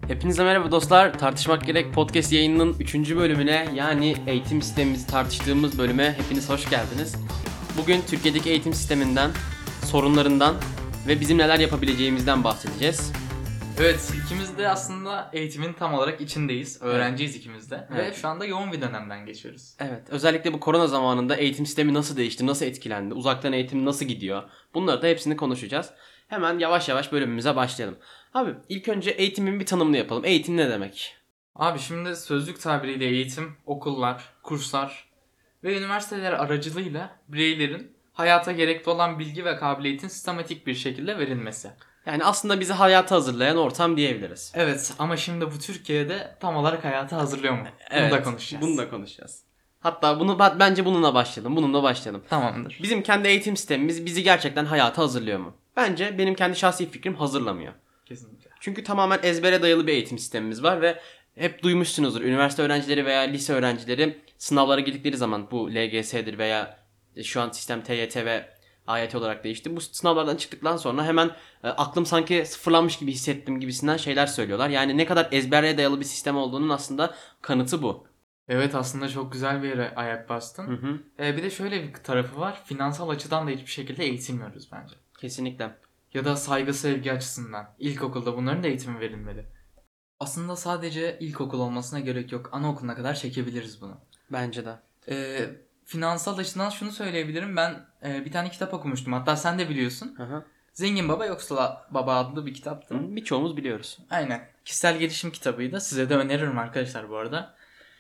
Hepinize merhaba dostlar. Tartışmak Gerek podcast yayınının 3. bölümüne, yani eğitim sistemimizi tartıştığımız bölüme hepiniz hoş geldiniz. Bugün Türkiye'deki eğitim sisteminden, sorunlarından ve bizim neler yapabileceğimizden bahsedeceğiz. Evet, ikimiz de aslında eğitimin tam olarak içindeyiz. Öğrenciyiz ikimiz de. Evet. Ve şu anda yoğun bir dönemden geçiyoruz. Evet, özellikle bu korona zamanında eğitim sistemi nasıl değişti, nasıl etkilendi, uzaktan eğitim nasıl gidiyor? Bunları da hepsini konuşacağız. Hemen yavaş yavaş bölümümüze başlayalım. Abi ilk önce eğitimin bir tanımını yapalım. Eğitim ne demek? Abi şimdi sözlük tabiriyle eğitim, okullar, kurslar ve üniversiteler aracılığıyla bireylerin hayata gerekli olan bilgi ve kabiliyetin sistematik bir şekilde verilmesi. Yani aslında bizi hayata hazırlayan ortam diyebiliriz. Evet, ama şimdi bu Türkiye'de tam olarak hayata hazırlıyor mu? Evet, Bunu da konuşacağız. Bunu da konuşacağız. Hatta bence bununla başlayalım. Bununla başlayalım. Tamamdır. Bizim kendi eğitim sistemimiz bizi gerçekten hayata hazırlıyor mu? Bence benim kendi şahsi fikrim hazırlamıyor. Kesinlikle. Çünkü tamamen ezbere dayalı bir eğitim sistemimiz var ve hep duymuşsunuzdur. Üniversite öğrencileri veya lise öğrencileri sınavlara girdikleri zaman, bu LGS'dir veya şu an sistem TYT ve AYT olarak değişti. Bu sınavlardan çıktıktan sonra hemen aklım sanki sıfırlanmış gibi hissettim gibisinden şeyler söylüyorlar. Yani ne kadar ezbere dayalı bir sistem olduğunun aslında kanıtı bu. Evet, aslında çok güzel bir yere ayak bastın. Hı hı. Bir de şöyle bir tarafı var. Finansal açıdan da hiçbir şekilde eğitilmiyoruz bence. Kesinlikle. Ya da saygı sevgi açısından. İlkokulda bunların da eğitimi verilmeli. Aslında sadece ilkokul olmasına gerek yok. Anaokuluna kadar çekebiliriz bunu. Bence de. Finansal açıdan şunu söyleyebilirim. Ben bir tane kitap okumuştum. Hatta sen de biliyorsun. Hı hı. Zengin Baba Yoksul Baba adlı bir kitaptı. Birçoğumuz biliyoruz. Aynen. Kişisel gelişim kitabıydı. Size de öneririm arkadaşlar bu arada.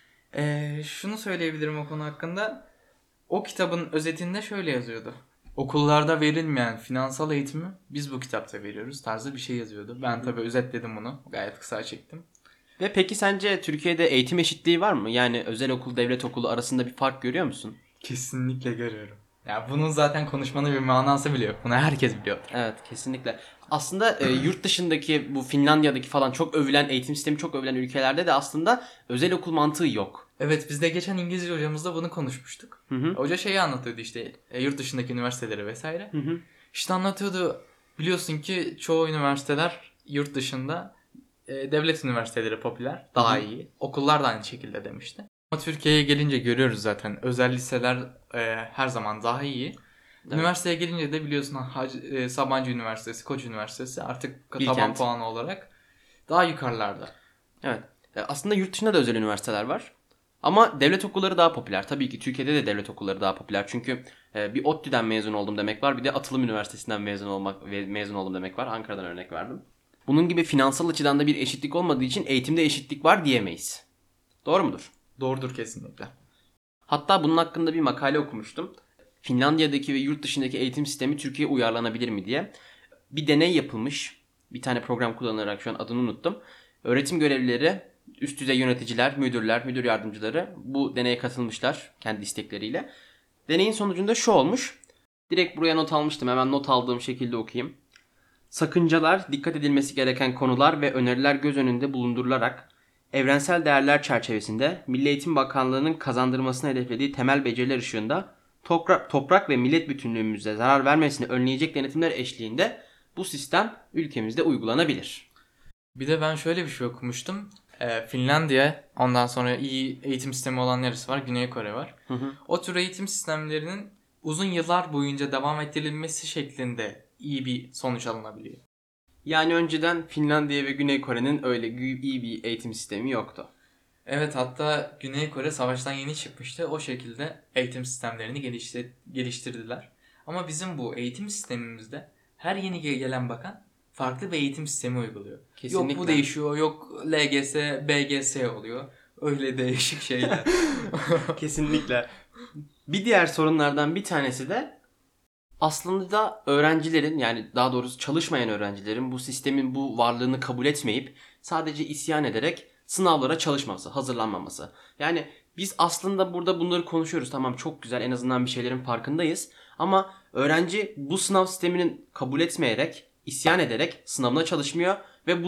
Şunu söyleyebilirim o konu hakkında. O kitabın özetinde şöyle yazıyordu. Okullarda verilmeyen finansal eğitimi biz bu kitapta veriyoruz tarzı bir şey yazıyordu. Ben tabii özetledim bunu. Gayet kısa çektim. Ve peki sence Türkiye'de eğitim eşitliği var mı? Yani özel okul, devlet okulu arasında bir fark görüyor musun? Kesinlikle görüyorum. Ya bunun zaten konuşmanın bir manası bile yok. Bunu herkes biliyor. Evet, kesinlikle. Aslında yurt dışındaki, bu Finlandiya'daki falan çok övülen, eğitim sistemi çok övülen ülkelerde de aslında özel okul mantığı yok. Evet, biz de geçen İngilizce hocamızla bunu konuşmuştuk. Hı hı. Hoca şeyi anlatıyordu işte yurt dışındaki üniversiteleri vesaire. Hı hı. İşte anlatıyordu, biliyorsun ki çoğu üniversiteler yurt dışında devlet üniversiteleri popüler, daha iyi. Okullar da aynı şekilde demişti. Ama Türkiye'ye gelince görüyoruz zaten özel liseler her zaman daha iyi. Evet. Üniversiteye gelince de biliyorsun Sabancı Üniversitesi, Koç Üniversitesi artık taban Bilkent puanı olarak daha yukarılarda. Evet. Aslında yurt dışında da özel üniversiteler var. Ama devlet okulları daha popüler. Tabii ki Türkiye'de de devlet okulları daha popüler. Çünkü bir ODTÜ'den mezun oldum demek var. Bir de Atılım Üniversitesi'nden mezun oldum demek var. Ankara'dan örnek verdim. Bunun gibi finansal açıdan da bir eşitlik olmadığı için eğitimde eşitlik var diyemeyiz. Doğru mudur? Doğrudur kesinlikle. Hatta bunun hakkında bir makale okumuştum. Finlandiya'daki ve yurt dışındaki eğitim sistemi Türkiye'ye uyarlanabilir mi diye. Bir deney yapılmış. Bir tane program kullanılarak, şu an adını unuttum. Öğretim görevlileri, üst düzey yöneticiler, müdürler, müdür yardımcıları bu deneye katılmışlar kendi istekleriyle. Deneyin sonucunda şu olmuş. Direkt buraya not almıştım. Hemen not aldığım şekilde okuyayım. Sakıncalar, dikkat edilmesi gereken konular ve öneriler göz önünde bulundurularak evrensel değerler çerçevesinde Milli Eğitim Bakanlığı'nın kazandırmasını hedeflediği temel beceriler ışığında toprak ve millet bütünlüğümüze zarar vermesini önleyecek denetimler eşliğinde bu sistem ülkemizde uygulanabilir. Bir de ben şöyle bir şey okumuştum. Finlandiya, ondan sonra iyi eğitim sistemi olan neresi var? Güney Kore var. Hı hı. O tür eğitim sistemlerinin uzun yıllar boyunca devam ettirilmesi şeklinde iyi bir sonuç alınabiliyor. Yani önceden Finlandiya ve Güney Kore'nin öyle iyi bir eğitim sistemi yoktu. Evet, hatta Güney Kore savaştan yeni çıkmıştı. O şekilde eğitim sistemlerini geliştirdiler. Ama bizim bu eğitim sistemimizde her yeni gelen bakan farklı bir eğitim sistemi uyguluyor. Kesinlikle. Yok bu değişiyor, yok LGS, BGS oluyor. Öyle değişik şeyler. Kesinlikle. Bir diğer sorunlardan bir tanesi de aslında öğrencilerin, yani daha doğrusu çalışmayan öğrencilerin bu sistemin bu varlığını kabul etmeyip sadece isyan ederek sınavlara çalışması, hazırlanmaması. Yani biz aslında burada bunları konuşuyoruz. Tamam, çok güzel, en azından bir şeylerin farkındayız. Ama öğrenci bu sınav sisteminin kabul etmeyerek, isyan ederek sınavına çalışmıyor ve bunu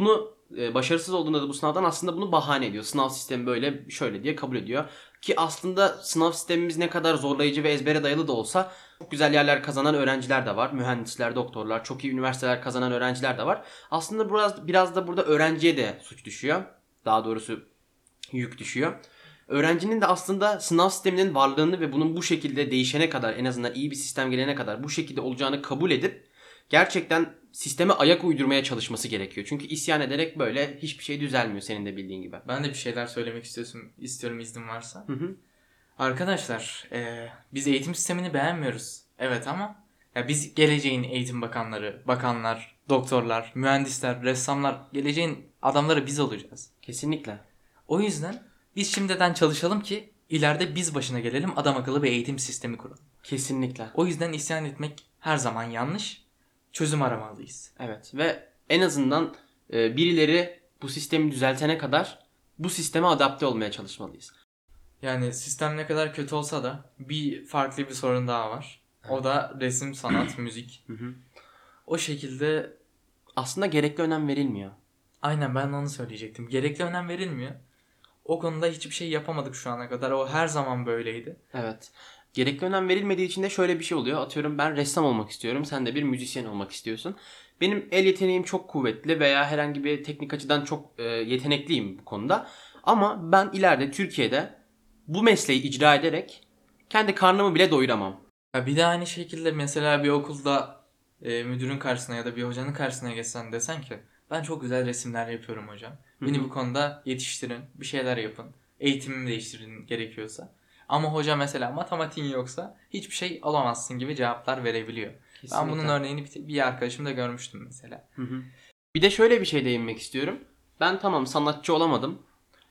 Başarısız olduğunda da bu sınavdan aslında bunu bahane ediyor. Sınav sistemi böyle şöyle diye kabul ediyor. Ki aslında sınav sistemimiz ne kadar zorlayıcı ve ezbere dayalı da olsa çok güzel yerler kazanan öğrenciler de var. Mühendisler, doktorlar, çok iyi üniversiteler kazanan öğrenciler de var. Aslında biraz da burada öğrenciye de suç düşüyor. Daha doğrusu yük düşüyor. Öğrencinin de aslında sınav sisteminin varlığını ve bunun bu şekilde değişene kadar, en azından iyi bir sistem gelene kadar bu şekilde olacağını kabul edip gerçekten sisteme ayak uydurmaya çalışması gerekiyor. Çünkü isyan ederek böyle hiçbir şey düzelmiyor, senin de bildiğin gibi. Ben de bir şeyler söylemek istiyorum iznin varsa. Hı hı. Arkadaşlar biz eğitim sistemini beğenmiyoruz. Evet ama ya biz geleceğin eğitim bakanlar, doktorlar, mühendisler, ressamlar, geleceğin adamları biz olacağız. Kesinlikle. O yüzden biz şimdiden çalışalım ki ileride biz başına gelelim, adam akıllı bir eğitim sistemi kuralım. Kesinlikle. O yüzden isyan etmek her zaman yanlış. Çözüm aramalıyız. Evet ve en azından birileri bu sistemi düzeltene kadar bu sisteme adapte olmaya çalışmalıyız. Yani sistem ne kadar kötü olsa da farklı bir sorun daha var. O da resim, sanat, müzik. Hı hı. O şekilde Aslında gerekli önem verilmiyor. aynen ben de onu söyleyecektim. Gerekli önem verilmiyor. O konuda hiçbir şey yapamadık şu ana kadar. O her zaman böyleydi. Evet. Gerekli önem verilmediği için de şöyle bir şey oluyor. Atıyorum ben ressam olmak istiyorum. Sen de bir müzisyen olmak istiyorsun. Benim el yeteneğim çok kuvvetli veya herhangi bir teknik açıdan çok yetenekliyim bu konuda. Ama ben ileride Türkiye'de bu mesleği icra ederek kendi karnımı bile doyuramam. Ya bir de aynı şekilde mesela bir okulda müdürün karşısına ya da bir hocanın karşısına geçsen desen ki ben çok güzel resimler yapıyorum hocam. Beni Hı hı. bu konuda yetiştirin, bir şeyler yapın. Eğitimimi değiştirin gerekiyorsa. Ama hoca mesela matematiğin yoksa hiçbir şey alamazsın gibi cevaplar verebiliyor. Ben bunun Kesinlikle. örneğini bir arkadaşımda görmüştüm mesela. Hı hı. Bir de şöyle bir şey değinmek istiyorum. Ben tamam sanatçı olamadım.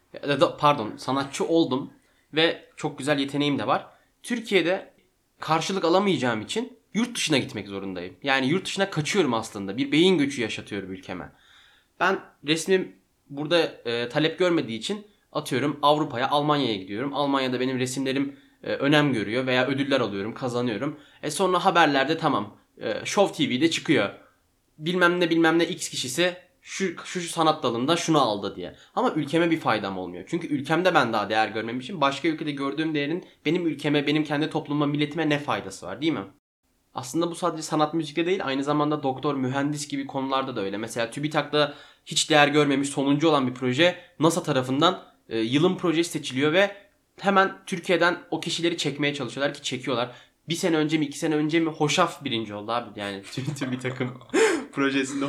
Pardon, sanatçı oldum ve çok güzel yeteneğim de var. Türkiye'de karşılık alamayacağım için yurt dışına gitmek zorundayım. Yani yurt dışına kaçıyorum aslında. Bir beyin göçü yaşatıyorum ülkeme. Ben resmim burada talep görmediği için atıyorum Avrupa'ya, Almanya'ya gidiyorum. Almanya'da benim resimlerim önem görüyor veya ödüller alıyorum, kazanıyorum. Sonra haberlerde tamam, Show TV'de çıkıyor. Bilmem ne X kişisi şu sanat dalında şunu aldı diye. Ama ülkeme bir faydam olmuyor. Çünkü ülkemde ben daha değer görmemişim. Başka ülkede gördüğüm değerin benim ülkeme, benim kendi toplumuma, milletime ne faydası var, değil mi? Aslında bu sadece sanat müzikte değil, aynı zamanda doktor, mühendis gibi konularda da öyle. Mesela TÜBİTAK'ta hiç değer görmemiş, sonuncu olan bir proje NASA tarafından yılın projesi seçiliyor ve hemen Türkiye'den o kişileri çekmeye çalışıyorlar ki çekiyorlar. Bir sene önce mi, 2 sene önce mi Hoşaf birinci oldu abi. Yani TÜBİTAK'ın projesinde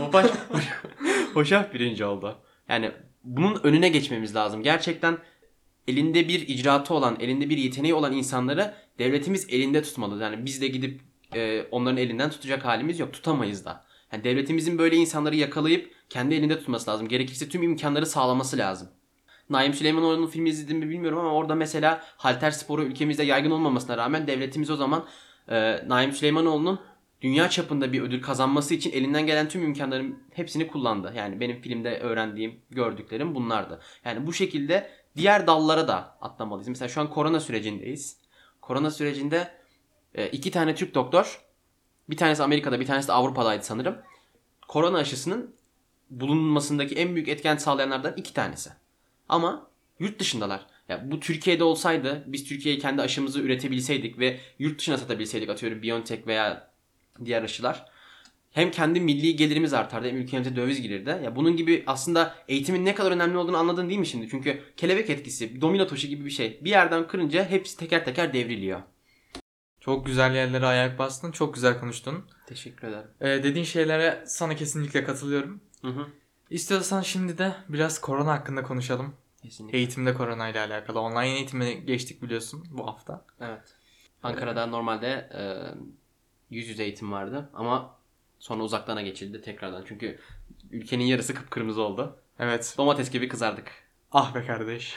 Hoşaf birinci oldu. Yani bunun önüne geçmemiz lazım. Gerçekten elinde bir icraatı olan, elinde bir yeteneği olan insanları devletimiz elinde tutmalı. Yani biz de gidip onların elinden tutacak halimiz yok. Tutamayız da. Yani devletimizin böyle insanları yakalayıp kendi elinde tutması lazım. Gerekirse tüm imkanları sağlaması lazım. Naim Süleymanoğlu'nun filmi izledim mi bilmiyorum ama orada mesela halter sporu ülkemizde yaygın olmamasına rağmen devletimiz o zaman Naim Süleymanoğlu'nun dünya çapında bir ödül kazanması için elinden gelen tüm imkanların hepsini kullandı. Yani benim filmde öğrendiğim, gördüklerim bunlardı. Yani bu şekilde diğer dallara da atlamalıyız. Mesela şu an korona sürecindeyiz. Korona sürecinde 2 tane Türk doktor, bir tanesi Amerika'da, bir tanesi de Avrupa'daydı sanırım. Korona aşısının bulunmasındaki en büyük etken sağlayanlardan 2 tanesi. Ama yurt dışındalar. Ya bu Türkiye'de olsaydı, biz Türkiye'ye kendi aşımızı üretebilseydik ve yurt dışına satabilseydik, atıyorum BioNTech veya diğer aşılar, hem kendi milli gelirimiz artardı hem ülkemize döviz gelirdi. Ya bunun gibi aslında eğitimin ne kadar önemli olduğunu anladın değil mi şimdi? Çünkü kelebek etkisi, domino taşı gibi bir şey. Bir yerden kırınca hepsi teker teker devriliyor. Çok güzel yerlere ayak bastın. Çok güzel konuştun. Teşekkür ederim. Dediğin şeylere sana kesinlikle katılıyorum. Hı hı. İstiyorsan şimdi de biraz korona hakkında konuşalım. Kesinlikle. Eğitimde korona ile alakalı. Online eğitime geçtik biliyorsun bu hafta. Evet. Ankara'da normalde yüz yüze eğitim vardı ama sonra uzaktana geçildi tekrardan. Çünkü ülkenin yarısı kıpkırmızı oldu. Evet. Domates gibi kızardık. Ah be kardeş.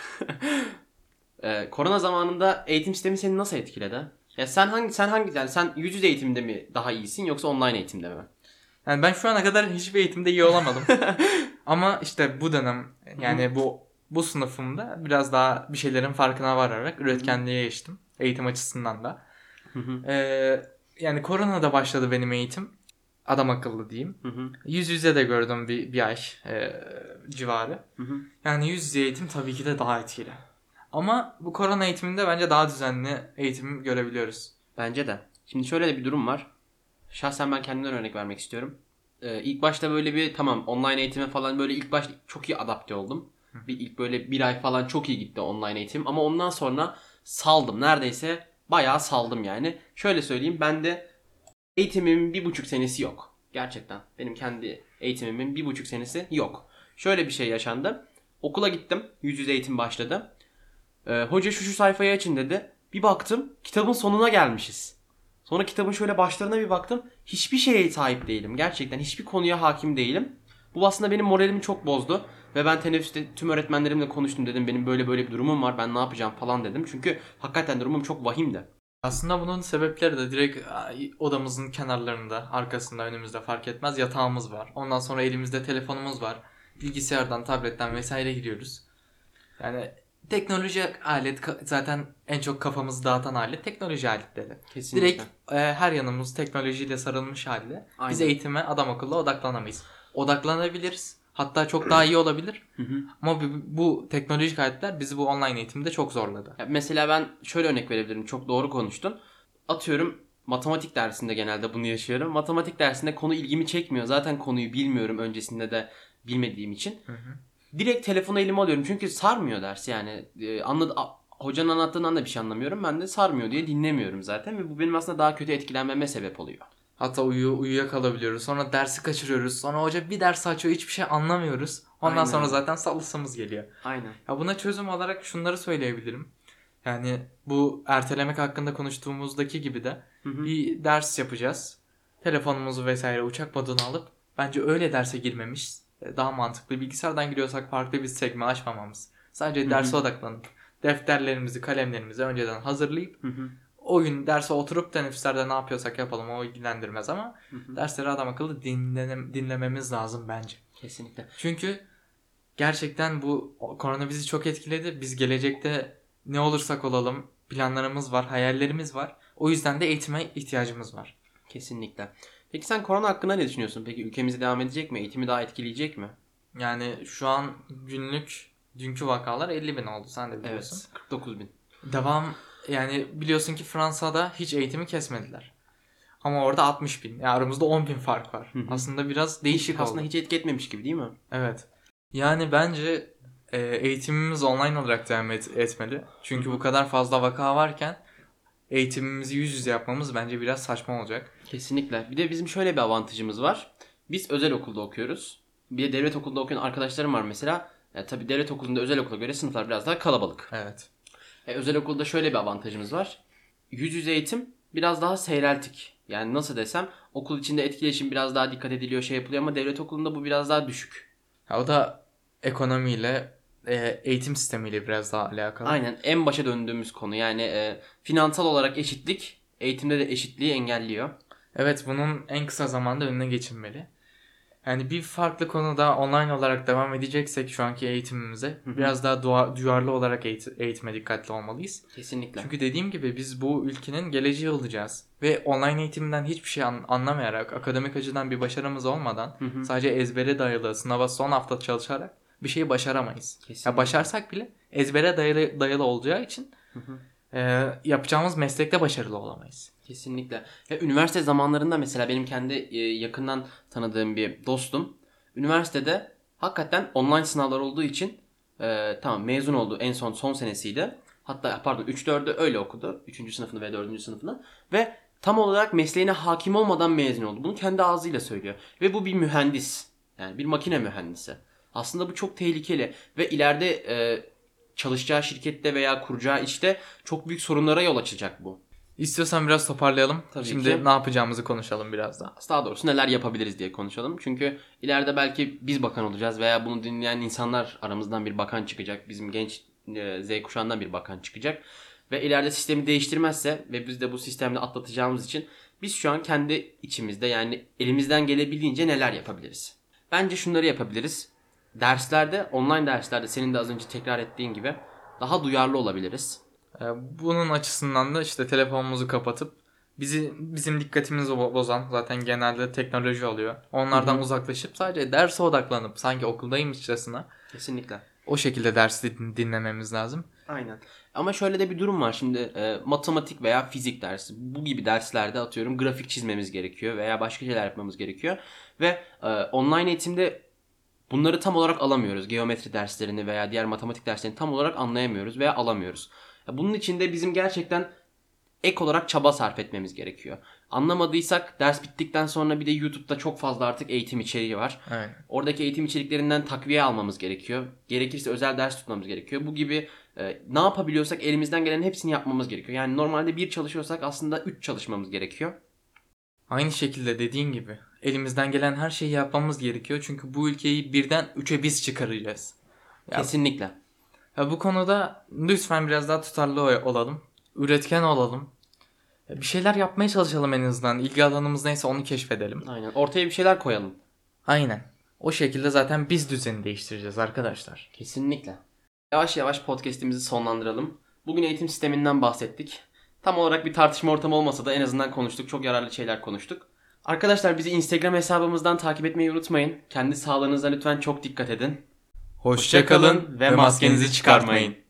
Korona zamanında eğitim sistemi seni nasıl etkiledi? Ya sen yüz yüze eğitimde mi daha iyisin yoksa online eğitimde mi? Yani ben şu ana kadar hiçbir eğitimde iyi olamadım. Ama işte bu dönem yani bu sınıfımda biraz daha bir şeylerin farkına vararak üretkenliğe geçtim. Eğitim açısından da. Yani koronada başladı benim eğitim. adam akıllı diyeyim. Hı hı. Yüz yüze de gördüm bir ay civarı. Hı hı. Yani yüz yüze eğitim tabii ki de daha etkili. Ama bu korona eğitiminde bence daha düzenli eğitim görebiliyoruz. Bence de. Şimdi şöyle de bir durum var. Şahsen ben kendimden örnek vermek istiyorum. İlk başta böyle bir tamam online eğitime falan böyle ilk başta çok iyi adapte oldum. İlk böyle bir ay falan çok iyi gitti online eğitim. Ama ondan sonra saldım. Neredeyse bayağı saldım yani. Şöyle söyleyeyim, ben de eğitimimin 1,5 senesi yok. Gerçekten. Benim kendi eğitimimin 1,5 senesi yok. Şöyle bir şey yaşandı. Okula gittim. Yüz yüze eğitim başladı. Hoca şu sayfayı açın dedi. Bir baktım kitabın sonuna gelmişiz. Sonra kitabın şöyle başlarına bir baktım. Hiçbir şeye sahip değilim. Gerçekten hiçbir konuya hakim değilim. Bu aslında benim moralimi çok bozdu. Ve ben teneffüste tüm öğretmenlerimle konuştum, dedim benim böyle böyle bir durumum var, ben ne yapacağım falan dedim. Çünkü hakikaten durumum çok vahimdi. Aslında bunun sebepleri de direkt odamızın kenarlarında, arkasında, önümüzde fark etmez yatağımız var. Ondan sonra elimizde telefonumuz var. Bilgisayardan, tabletten vesaire giriyoruz. Yani teknoloji alet zaten en çok kafamızı dağıtan alet teknoloji aletleri. Kesinlikle. Direkt her yanımız teknolojiyle sarılmış halde biz Aynen. eğitime adam akıllı odaklanamayız. Odaklanabiliriz. Hatta çok daha iyi olabilir. Hı hı. Ama bu teknolojik aletler bizi bu online eğitimde çok zorladı. Ya mesela ben şöyle örnek verebilirim. Çok doğru konuştun. Atıyorum matematik dersinde genelde bunu yaşıyorum. Matematik dersinde konu ilgimi çekmiyor. Zaten konuyu bilmiyorum, öncesinde de bilmediğim için. Hı hı. Direkt telefonu elime alıyorum. Çünkü sarmıyor ders yani. Hocanın anlattığından da bir şey anlamıyorum. Ben de sarmıyor diye dinlemiyorum zaten. Ve bu benim aslında daha kötü etkilenmeme sebep oluyor. Hatta uyuyakalabiliyoruz. Sonra dersi kaçırıyoruz. Sonra hoca bir ders açıyor, hiçbir şey anlamıyoruz. Ondan Aynen. sonra zaten sallasımız geliyor. Aynen. Ya buna çözüm olarak şunları söyleyebilirim. Yani bu ertelemek hakkında konuştuğumuzdaki gibi de Hı hı. bir ders yapacağız. Telefonumuzu vesaire uçak moduna alıp bence öyle derse girmemiz daha mantıklı. Bilgisayardan giriyorsak farklı bir sekme açmamamız. Sadece derse odaklanıp defterlerimizi, kalemlerimizi önceden hazırlayıp Hı hı. o gün derse oturup teneffüslerde ne yapıyorsak yapalım, o ilgilendirmez ama Hı hı. dersleri adam akıllı dinlememiz lazım bence. Kesinlikle. Çünkü gerçekten bu korona bizi çok etkiledi. Biz gelecekte ne olursak olalım planlarımız var, hayallerimiz var. O yüzden de eğitime ihtiyacımız var. Kesinlikle. Peki sen korona hakkında ne düşünüyorsun? Peki ülkemizi devam edecek mi? Eğitimi daha etkileyecek mi? Yani şu an dünkü vakalar 50 bin oldu, sen de biliyorsun. Evet. 49 bin. Devam, yani biliyorsun ki Fransa'da hiç eğitimi kesmediler. Ama orada 60 bin. Yani aramızda 10 bin fark var. Hı hı. Aslında biraz değişik Aslında oldu. hiç etki etmemiş gibi değil mi? Evet. Yani bence eğitimimiz online olarak devam etmeli. Çünkü bu kadar fazla vaka varken eğitimimizi yüz yüze yapmamız bence biraz saçma olacak. Kesinlikle. Bir de bizim şöyle bir avantajımız var. Biz özel okulda okuyoruz. Bir de devlet okulda okuyan arkadaşlarım var mesela. Tabii devlet okulunda özel okula göre sınıflar biraz daha kalabalık. Evet. Özel okulda şöyle bir avantajımız var. Yüz yüze eğitim biraz daha seyreltik. Yani nasıl desem, okul içinde etkileşim biraz daha dikkat ediliyor, şey yapılıyor ama devlet okulunda bu biraz daha düşük. O da ekonomiyle, eğitim sistemiyle biraz daha alakalı. Aynen, en başa döndüğümüz konu yani finansal olarak eşitlik eğitimde de eşitliği engelliyor. Evet, bunun en kısa zamanda önüne geçilmeli. Yani bir farklı konuda online olarak devam edeceksek şu anki eğitimimize biraz daha duyarlı olarak eğitime dikkatli olmalıyız. Kesinlikle. Çünkü dediğim gibi biz bu ülkenin geleceği olacağız. Ve online eğitimden hiçbir şey anlamayarak, akademik açıdan bir başarımız olmadan sadece ezbere dayalı, sınava son hafta çalışarak bir şeyi başaramayız. Kesinlikle. Ya başarsak bile ezbere dayalı olacağı için yapacağımız meslekte başarılı olamayız. Kesinlikle. Ve üniversite zamanlarında mesela benim kendi yakından tanıdığım bir dostum üniversitede hakikaten online sınavlar olduğu için tamam mezun oldu, en son senesiydi. Hatta pardon 3-4'ü öyle okudu. 3. sınıfını ve 4. sınıfını. Ve tam olarak mesleğine hakim olmadan mezun oldu. Bunu kendi ağzıyla söylüyor. Ve bu bir mühendis. Yani bir makine mühendisi. Aslında bu çok tehlikeli. Ve ileride çalışacağı şirkette veya kuracağı işte çok büyük sorunlara yol açacak bu. İstiyorsan biraz toparlayalım. Tabii Şimdi ki. ne yapacağımızı konuşalım biraz da. Daha doğrusu neler yapabiliriz diye konuşalım. Çünkü ileride belki biz bakan olacağız veya bunu dinleyen insanlar aramızdan bir bakan çıkacak. Bizim genç Z kuşağından bir bakan çıkacak. Ve ileride sistemi değiştirmezse ve biz de bu sistemle atlatacağımız için biz şu an kendi içimizde yani elimizden gelebildiğince neler yapabiliriz? Bence şunları yapabiliriz. Derslerde, online derslerde senin de az önce tekrar ettiğin gibi daha duyarlı olabiliriz. Bunun açısından da işte telefonumuzu kapatıp bizim dikkatimizi bozan zaten genelde teknoloji oluyor. Onlardan uzaklaşıp sadece derse odaklanıp sanki okuldaymışçasına Kesinlikle. o şekilde dersi dinlememiz lazım. Aynen. Ama şöyle de bir durum var. Şimdi matematik veya fizik dersi, bu gibi derslerde atıyorum grafik çizmemiz gerekiyor veya başka şeyler yapmamız gerekiyor. Ve online eğitimde bunları tam olarak alamıyoruz. Geometri derslerini veya diğer matematik derslerini tam olarak anlayamıyoruz veya alamıyoruz. Bunun için de bizim gerçekten ek olarak çaba sarf etmemiz gerekiyor. Anlamadıysak ders bittikten sonra bir de YouTube'da çok fazla artık eğitim içeriği var. Evet. Oradaki eğitim içeriklerinden takviye almamız gerekiyor. Gerekirse özel ders tutmamız gerekiyor. Bu gibi ne yapabiliyorsak elimizden gelenin hepsini yapmamız gerekiyor. Yani normalde bir çalışıyorsak aslında 3 çalışmamız gerekiyor. Aynı şekilde dediğin gibi elimizden gelen her şeyi yapmamız gerekiyor. Çünkü bu ülkeyi birden 3'e biz çıkaracağız. Kesinlikle. Bu konuda lütfen biraz daha tutarlı olalım. Üretken olalım. Bir şeyler yapmaya çalışalım en azından. İlgi alanımız neyse onu keşfedelim. Aynen. Ortaya bir şeyler koyalım. Aynen. O şekilde zaten biz düzeni değiştireceğiz arkadaşlar. Kesinlikle. Yavaş yavaş podcast'imizi sonlandıralım. Bugün eğitim sisteminden bahsettik. Tam olarak bir tartışma ortamı olmasa da en azından konuştuk. Çok yararlı şeyler konuştuk. Arkadaşlar bizi Instagram hesabımızdan takip etmeyi unutmayın. Kendi sağlığınıza lütfen çok dikkat edin. Hoşça kalın ve maskenizi çıkartmayın.